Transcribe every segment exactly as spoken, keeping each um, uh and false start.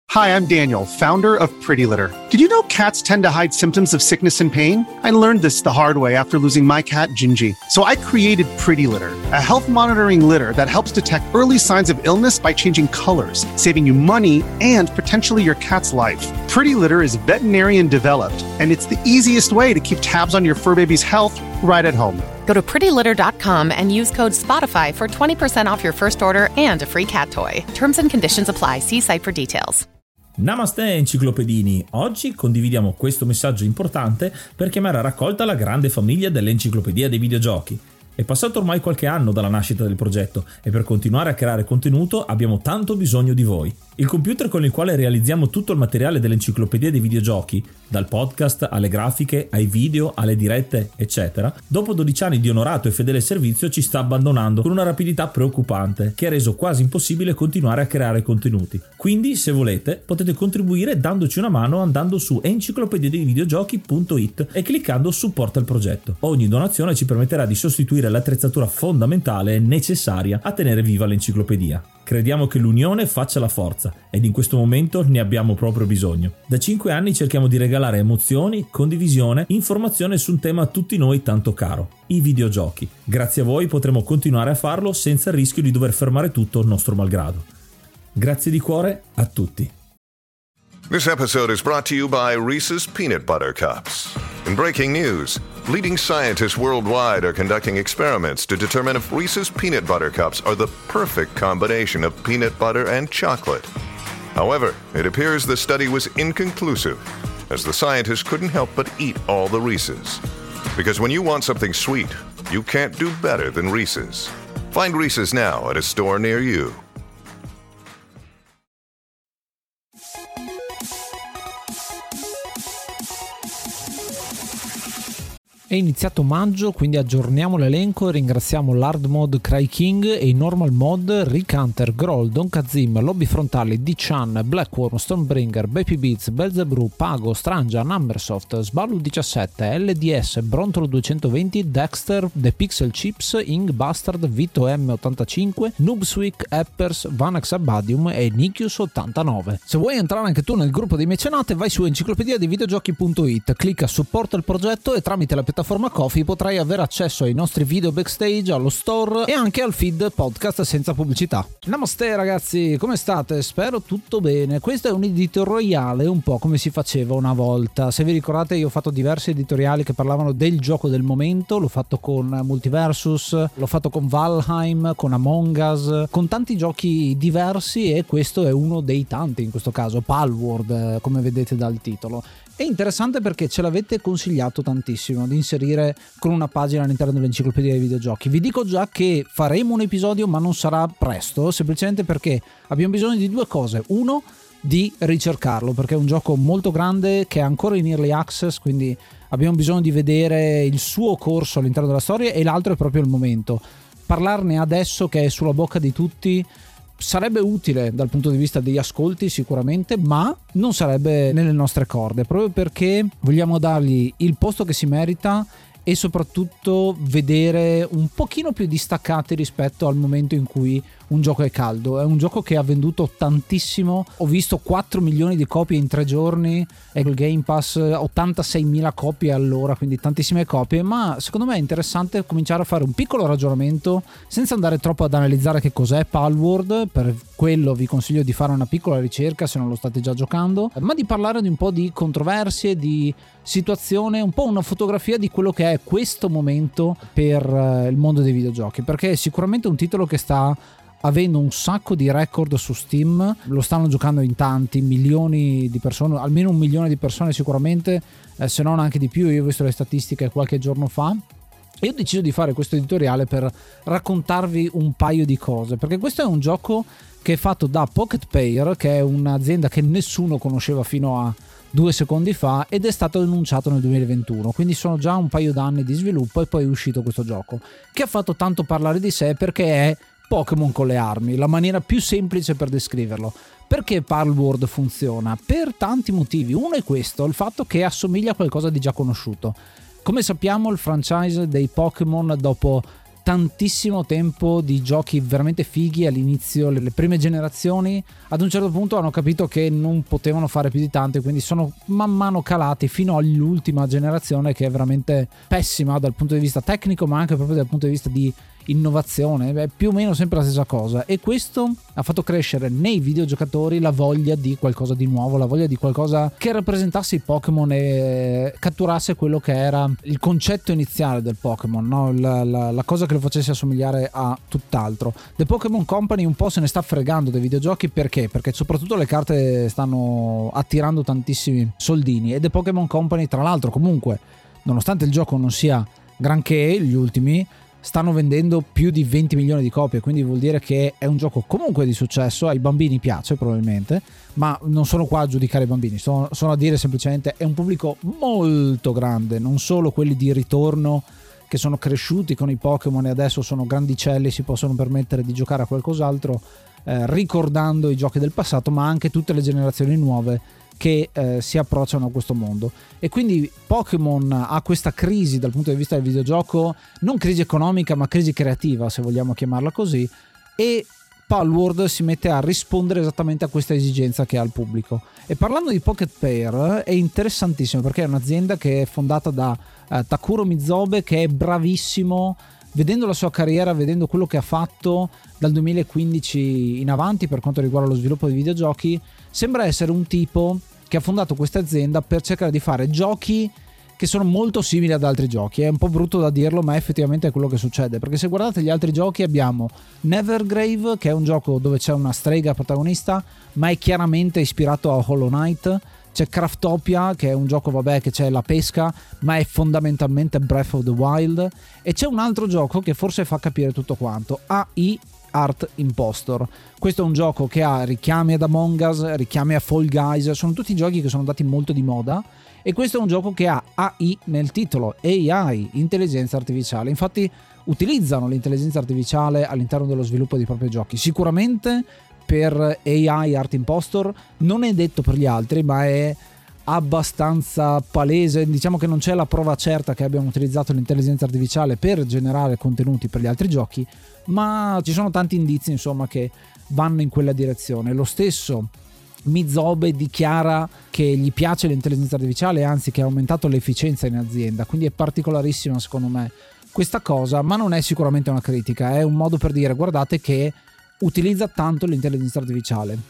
Hi, I'm Daniel, founder of Pretty Litter. Did you know cats tend to hide symptoms of sickness and pain? I learned this the hard way after losing my cat, Gingy. So I created Pretty Litter, a health monitoring litter that helps detect early signs of illness by changing colors, saving you money and potentially your cat's life. Pretty Litter is veterinarian developed, and it's the easiest way to keep tabs on your fur baby's health right at home. Go to pretty litter dot com and use code Spotify for twenty percent off your first order and a free cat toy. Terms and conditions apply. See site for details. Namaste enciclopedini, oggi condividiamo questo messaggio importante per chiamare a raccolta la grande famiglia dell'Enciclopedia dei Videogiochi. È passato ormai qualche anno dalla nascita del progetto e per continuare a creare contenuto abbiamo tanto bisogno di voi. Il computer con il quale realizziamo tutto il materiale dell'Enciclopedia dei Videogiochi, dal podcast alle grafiche, ai video, alle dirette, eccetera, dopo dodici anni di onorato e fedele servizio ci sta abbandonando con una rapidità preoccupante che ha reso quasi impossibile continuare a creare contenuti. Quindi, se volete, potete contribuire dandoci una mano andando su enciclopedia dei videogiochi punto it e cliccando supporta il progetto. Ogni donazione ci permetterà di sostituire l'attrezzatura fondamentale e necessaria a tenere viva l'enciclopedia. Crediamo che l'unione faccia la forza ed in questo momento ne abbiamo proprio bisogno. Da cinque anni cerchiamo di regalare emozioni, condivisione, informazione su un tema a tutti noi tanto caro, i videogiochi. Grazie a voi potremo continuare a farlo senza il rischio di dover fermare tutto nostro malgrado. Grazie di cuore a tutti. This episode is brought to you by Reese's Peanut Butter Cups. In breaking news, leading scientists worldwide are conducting experiments to determine if Reese's Peanut Butter Cups are the perfect combination of peanut butter and chocolate. However, it appears the study was inconclusive, as the scientists couldn't help but eat all the Reese's. Because when you want something sweet, you can't do better than Reese's. Find Reese's now at a store near you. È iniziato maggio, quindi aggiorniamo l'elenco e ringraziamo l'Hard Mode Cry King e i Normal Mode Rick Hunter, Groll, Don Kazim, Lobby Frontali, D-Chan, Blackworm, Stonebringer, Baby Beats, Belzebrew, Pago, Strangia, Numbersoft, Sballu diciassette, L D S, Brontolo duecentoventi, Dexter, The Pixel Chips, Ing Bastard, Vito M ottantacinque, Noobswick, Eppers, Vanax Abadium e Nikius ottantanove. Se vuoi entrare anche tu nel gruppo dei mecenate, vai su enciclopedia dei videogiochi punto it, clicca supporta il progetto e tramite la piattaforma Ko-fi potrai avere accesso ai nostri video backstage, allo store e anche al feed podcast senza pubblicità. Namaste ragazzi, come state? Spero tutto bene. Questo è un editoriale un po' come si faceva una volta. Se vi ricordate, io ho fatto diversi editoriali che parlavano del gioco del momento. L'ho fatto con Multiversus, l'ho fatto con Valheim, con Among Us, con tanti giochi diversi e questo è uno dei tanti, in questo caso Palworld, come vedete dal titolo. È interessante perché ce l'avete consigliato tantissimo di inserire con una pagina all'interno dell'enciclopedia dei videogiochi. Vi dico già che faremo un episodio, ma non sarà presto, semplicemente perché abbiamo bisogno di due cose. Uno, di ricercarlo, perché è un gioco molto grande che è ancora in early access, quindi abbiamo bisogno di vedere il suo corso all'interno della storia, e l'altro è proprio il momento. Parlarne adesso che è sulla bocca di tutti sarebbe utile dal punto di vista degli ascolti sicuramente, ma non sarebbe nelle nostre corde, proprio perché vogliamo dargli il posto che si merita e soprattutto vedere un pochino più distaccati rispetto al momento in cui un gioco è caldo. È un gioco che ha venduto tantissimo, ho visto quattro milioni di copie in tre giorni e col Game Pass ottantaseimila copie all'ora, quindi tantissime copie, ma secondo me è interessante cominciare a fare un piccolo ragionamento senza andare troppo ad analizzare che cos'è Palworld. Per quello vi consiglio di fare una piccola ricerca se non lo state già giocando, ma di parlare di un po' di controversie, di situazione, un po' una fotografia di quello che è questo momento per il mondo dei videogiochi, perché è sicuramente un titolo che sta avendo un sacco di record su Steam, lo stanno giocando in tanti, milioni di persone, almeno un milione di persone sicuramente, eh, se non anche di più. Io ho visto le statistiche qualche giorno fa e ho deciso di fare questo editoriale per raccontarvi un paio di cose, perché questo è un gioco che è fatto da Pocket Pair, che è un'azienda che nessuno conosceva fino a due secondi fa ed è stato annunciato nel duemilaventuno, quindi sono già un paio d'anni di sviluppo e poi è uscito questo gioco che ha fatto tanto parlare di sé perché è Pokémon con le armi, la maniera più semplice per descriverlo. Perché Palworld funziona? Per tanti motivi. Uno è questo, il fatto che assomiglia a qualcosa di già conosciuto. Come sappiamo, il franchise dei Pokémon, dopo tantissimo tempo di giochi veramente fighi all'inizio, le prime generazioni. Ad un certo punto hanno capito che non potevano fare più di tanto e quindi sono man mano calati fino all'ultima generazione, che è veramente pessima dal punto di vista tecnico ma anche proprio dal punto di vista di innovazione. È più o meno sempre la stessa cosa, e questo ha fatto crescere nei videogiocatori la voglia di qualcosa di nuovo, la voglia di qualcosa che rappresentasse i Pokémon e catturasse quello che era il concetto iniziale del Pokémon, no? la, la, la cosa che lo facesse assomigliare a tutt'altro. The Pokémon Company un po' se ne sta fregando dei videogiochi, perché? Perché soprattutto le carte stanno attirando tantissimi soldini, e The Pokémon Company, tra l'altro, comunque, nonostante il gioco non sia granché, gli ultimi stanno vendendo più di venti milioni di copie, quindi vuol dire che è un gioco comunque di successo. Ai bambini piace probabilmente, ma non sono qua a giudicare i bambini, sono, sono a dire semplicemente è un pubblico molto grande, non solo quelli di ritorno che sono cresciuti con i Pokémon e adesso sono grandicelli, si possono permettere di giocare a qualcos'altro eh, ricordando i giochi del passato, ma anche tutte le generazioni nuove che eh, si approcciano a questo mondo. E quindi Pokémon ha questa crisi dal punto di vista del videogioco, non crisi economica ma crisi creativa, se vogliamo chiamarla così, e Palworld si mette a rispondere esattamente a questa esigenza che ha il pubblico. E parlando di Pocket Pair, è interessantissimo perché è un'azienda che è fondata da eh, Takuro Mizobe, che è bravissimo. Vedendo la sua carriera, vedendo quello che ha fatto dal duemilaquindici in avanti per quanto riguarda lo sviluppo di videogiochi, sembra essere un tipo che ha fondato questa azienda per cercare di fare giochi che sono molto simili ad altri giochi. È un po' brutto da dirlo, ma effettivamente è quello che succede, perché se guardate gli altri giochi abbiamo Nevergrave, che è un gioco dove c'è una strega protagonista ma è chiaramente ispirato a Hollow Knight. C'è Craftopia, che è un gioco, vabbè, che c'è la pesca, ma è fondamentalmente Breath of the Wild. E c'è un altro gioco che forse fa capire tutto quanto, A I Art Impostor. Questo è un gioco che ha richiami ad Among Us, richiami a Fall Guys, sono tutti giochi che sono andati molto di moda, e questo è un gioco che ha A I nel titolo, A I, intelligenza artificiale. Infatti utilizzano l'intelligenza artificiale all'interno dello sviluppo dei propri giochi. Sicuramente per A I Art Impostor, non è detto per gli altri, ma è abbastanza palese, diciamo che non c'è la prova certa che abbiano utilizzato l'intelligenza artificiale per generare contenuti per gli altri giochi, ma ci sono tanti indizi, insomma, che vanno in quella direzione. Lo stesso Mizobe dichiara che gli piace l'intelligenza artificiale, anzi che ha aumentato l'efficienza in azienda, quindi è particolarissima secondo me questa cosa, ma non è sicuramente una critica, è un modo per dire guardate che utilizza tanto l'intelligenza artificiale.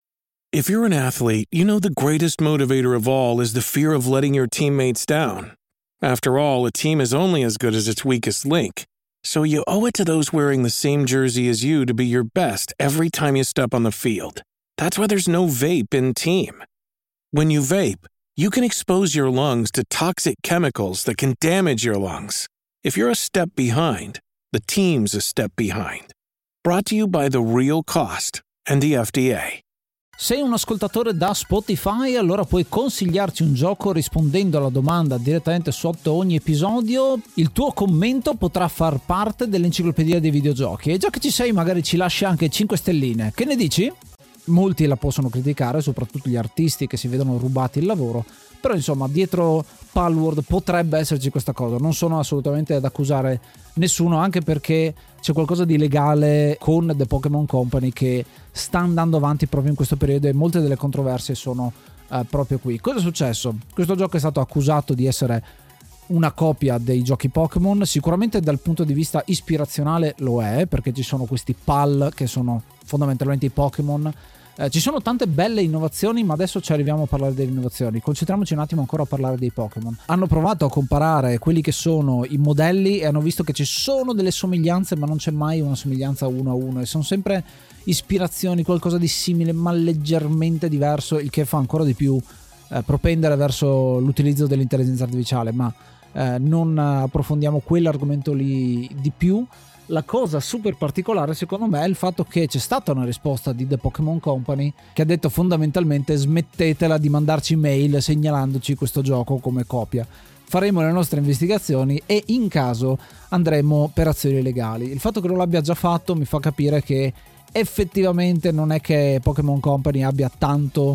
If you're an athlete, you know the greatest motivator of all is the fear of letting your teammates down. After all, a team is only as good as its weakest link. So you owe it to those wearing the same jersey as you to be your best every time you step on the field. That's why there's no vape in team. When you vape, you can expose your lungs to toxic chemicals that can damage your lungs. If you're a step behind, the team's a step behind. Brought to you by The Real Cost and the F D A. Sei un ascoltatore da Spotify, allora puoi consigliarci un gioco rispondendo alla domanda direttamente sotto ogni episodio. Il tuo commento potrà far parte dell'enciclopedia dei videogiochi, e già che ci sei magari ci lasci anche cinque stelline. Che ne dici? Molti la possono criticare, soprattutto gli artisti che si vedono rubati il lavoro, però insomma dietro Palworld potrebbe esserci questa cosa. Non sono assolutamente ad accusare nessuno, anche perché c'è qualcosa di legale con The Pokémon Company che sta andando avanti proprio in questo periodo, e molte delle controversie sono eh, proprio qui. Cosa è successo? Questo gioco è stato accusato di essere una copia dei giochi Pokémon. Sicuramente dal punto di vista ispirazionale lo è, perché ci sono questi P A L che sono fondamentalmente i Pokémon. Eh, ci sono tante belle innovazioni, ma adesso ci arriviamo a parlare delle innovazioni. Concentriamoci un attimo ancora a parlare dei Pokémon. Hanno provato a comparare quelli che sono i modelli e hanno visto che ci sono delle somiglianze, ma non c'è mai una somiglianza uno a uno, e sono sempre ispirazioni, qualcosa di simile ma leggermente diverso, il che fa ancora di più eh, propendere verso l'utilizzo dell'intelligenza artificiale. Ma eh, non approfondiamo quell'argomento lì di più. La cosa super particolare secondo me è il fatto che c'è stata una risposta di The Pokémon Company che ha detto fondamentalmente smettetela di mandarci mail segnalandoci questo gioco come copia. Faremo le nostre investigazioni e in caso andremo per azioni legali. Il fatto che non l'abbia già fatto mi fa capire che effettivamente non è che Pokémon Company abbia tanto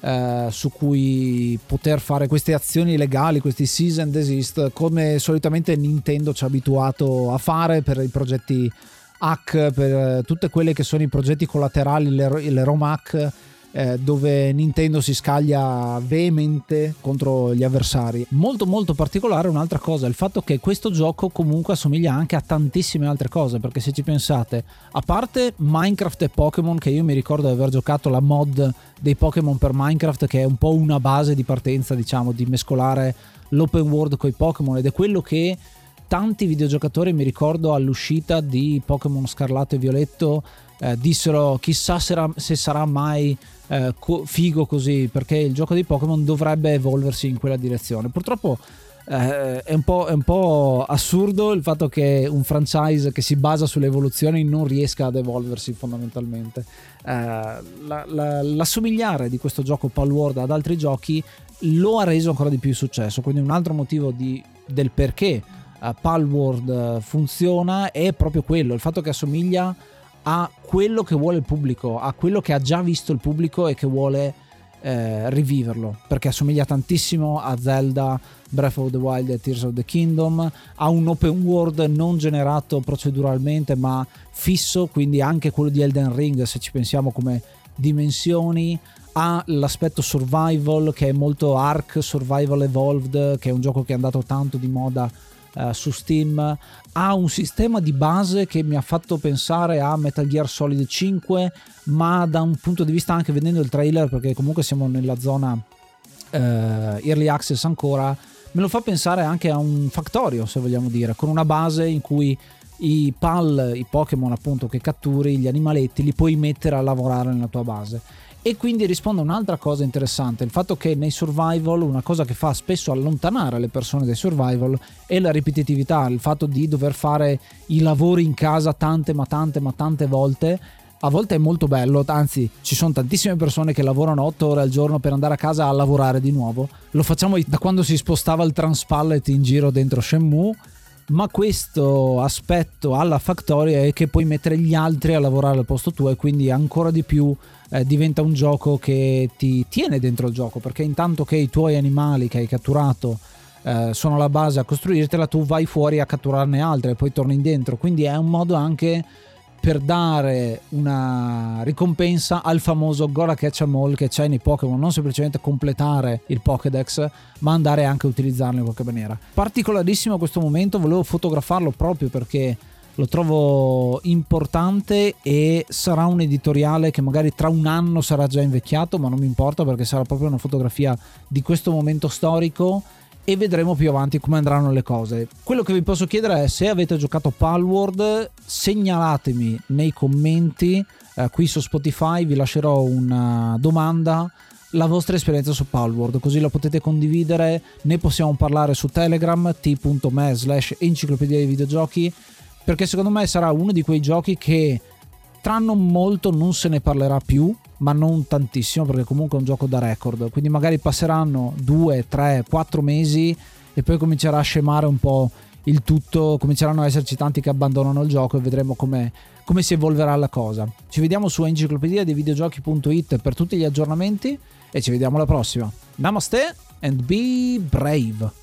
eh, su cui poter fare queste azioni legali, questi cease and desist, come solitamente Nintendo ci ha abituato a fare per i progetti hack, per tutte quelle che sono i progetti collaterali, le, le ROM hack, eh, dove Nintendo si scaglia veemente contro gli avversari. Molto molto particolare un'altra cosa, il fatto che questo gioco comunque assomiglia anche a tantissime altre cose, perché se ci pensate, a parte Minecraft e Pokémon, che io mi ricordo di aver giocato la mod dei Pokémon per Minecraft, che è un po' una base di partenza, diciamo, di mescolare l'open world con i Pokémon, ed è quello che tanti videogiocatori, mi ricordo all'uscita di Pokémon Scarlatto e Violetto, eh, dissero chissà se sarà, se sarà mai eh, co- figo così, perché il gioco di Pokémon dovrebbe evolversi in quella direzione. Purtroppo eh, è, un po', è un po' assurdo il fatto che un franchise che si basa sulle evoluzioni non riesca ad evolversi fondamentalmente. Eh, la, la, l'assomigliare di questo gioco Palworld ad altri giochi lo ha reso ancora di più successo, quindi un altro motivo di, del perché uh, Palworld funziona è proprio quello, il fatto che assomiglia a quello che vuole il pubblico, a quello che ha già visto il pubblico e che vuole eh, riviverlo, perché assomiglia tantissimo a Zelda Breath of the Wild e Tears of the Kingdom, ha un open world non generato proceduralmente ma fisso, quindi anche quello di Elden Ring, se ci pensiamo come dimensioni, ha l'aspetto survival che è molto Ark Survival Evolved, che è un gioco che è andato tanto di moda Uh, su Steam, ha un sistema di base che mi ha fatto pensare a Metal Gear Solid cinque, ma da un punto di vista, anche vedendo il trailer, perché comunque siamo nella zona uh, early access ancora, me lo fa pensare anche a un Factorio, se vogliamo dire, con una base in cui i P A L, i Pokémon appunto che catturi, gli animaletti, li puoi mettere a lavorare nella tua base. E quindi risponde a un'altra cosa interessante, il fatto che nei survival una cosa che fa spesso allontanare le persone dai survival è la ripetitività, il fatto di dover fare i lavori in casa tante ma tante ma tante volte. A volte è molto bello, anzi ci sono tantissime persone che lavorano otto ore al giorno per andare a casa a lavorare di nuovo. Lo facciamo da quando si spostava il Transpallet in giro dentro Shenmue, ma questo aspetto alla Factorio è che puoi mettere gli altri a lavorare al posto tuo, e quindi ancora di più eh, diventa un gioco che ti tiene dentro il gioco, perché intanto che i tuoi animali che hai catturato eh, sono alla base a costruirtela, tu vai fuori a catturarne altre e poi torni dentro, quindi è un modo anche per dare una ricompensa al famoso Gotta Catch 'em All che c'è nei Pokémon, non semplicemente completare il Pokédex, ma andare anche a utilizzarlo in qualche maniera. Particolarissimo questo momento, volevo fotografarlo proprio perché lo trovo importante, e sarà un editoriale che magari tra un anno sarà già invecchiato, ma non mi importa perché sarà proprio una fotografia di questo momento storico, e vedremo più avanti come andranno le cose. Quello che vi posso chiedere è: se avete giocato Palworld, segnalatemi nei commenti, eh, qui su Spotify vi lascerò una domanda, la vostra esperienza su Palworld, così la potete condividere, ne possiamo parlare su Telegram, t.me slash enciclopedia dei videogiochi, perché secondo me sarà uno di quei giochi che tra non molto non se ne parlerà più, ma non tantissimo, perché comunque è un gioco da record, quindi magari passeranno due, tre, quattro mesi e poi comincerà a scemare un po' il tutto, cominceranno ad esserci tanti che abbandonano il gioco, e vedremo come, come si evolverà la cosa. Ci vediamo su enciclopedia dei videogiochi punto it per tutti gli aggiornamenti, e ci vediamo alla prossima. Namaste and be brave!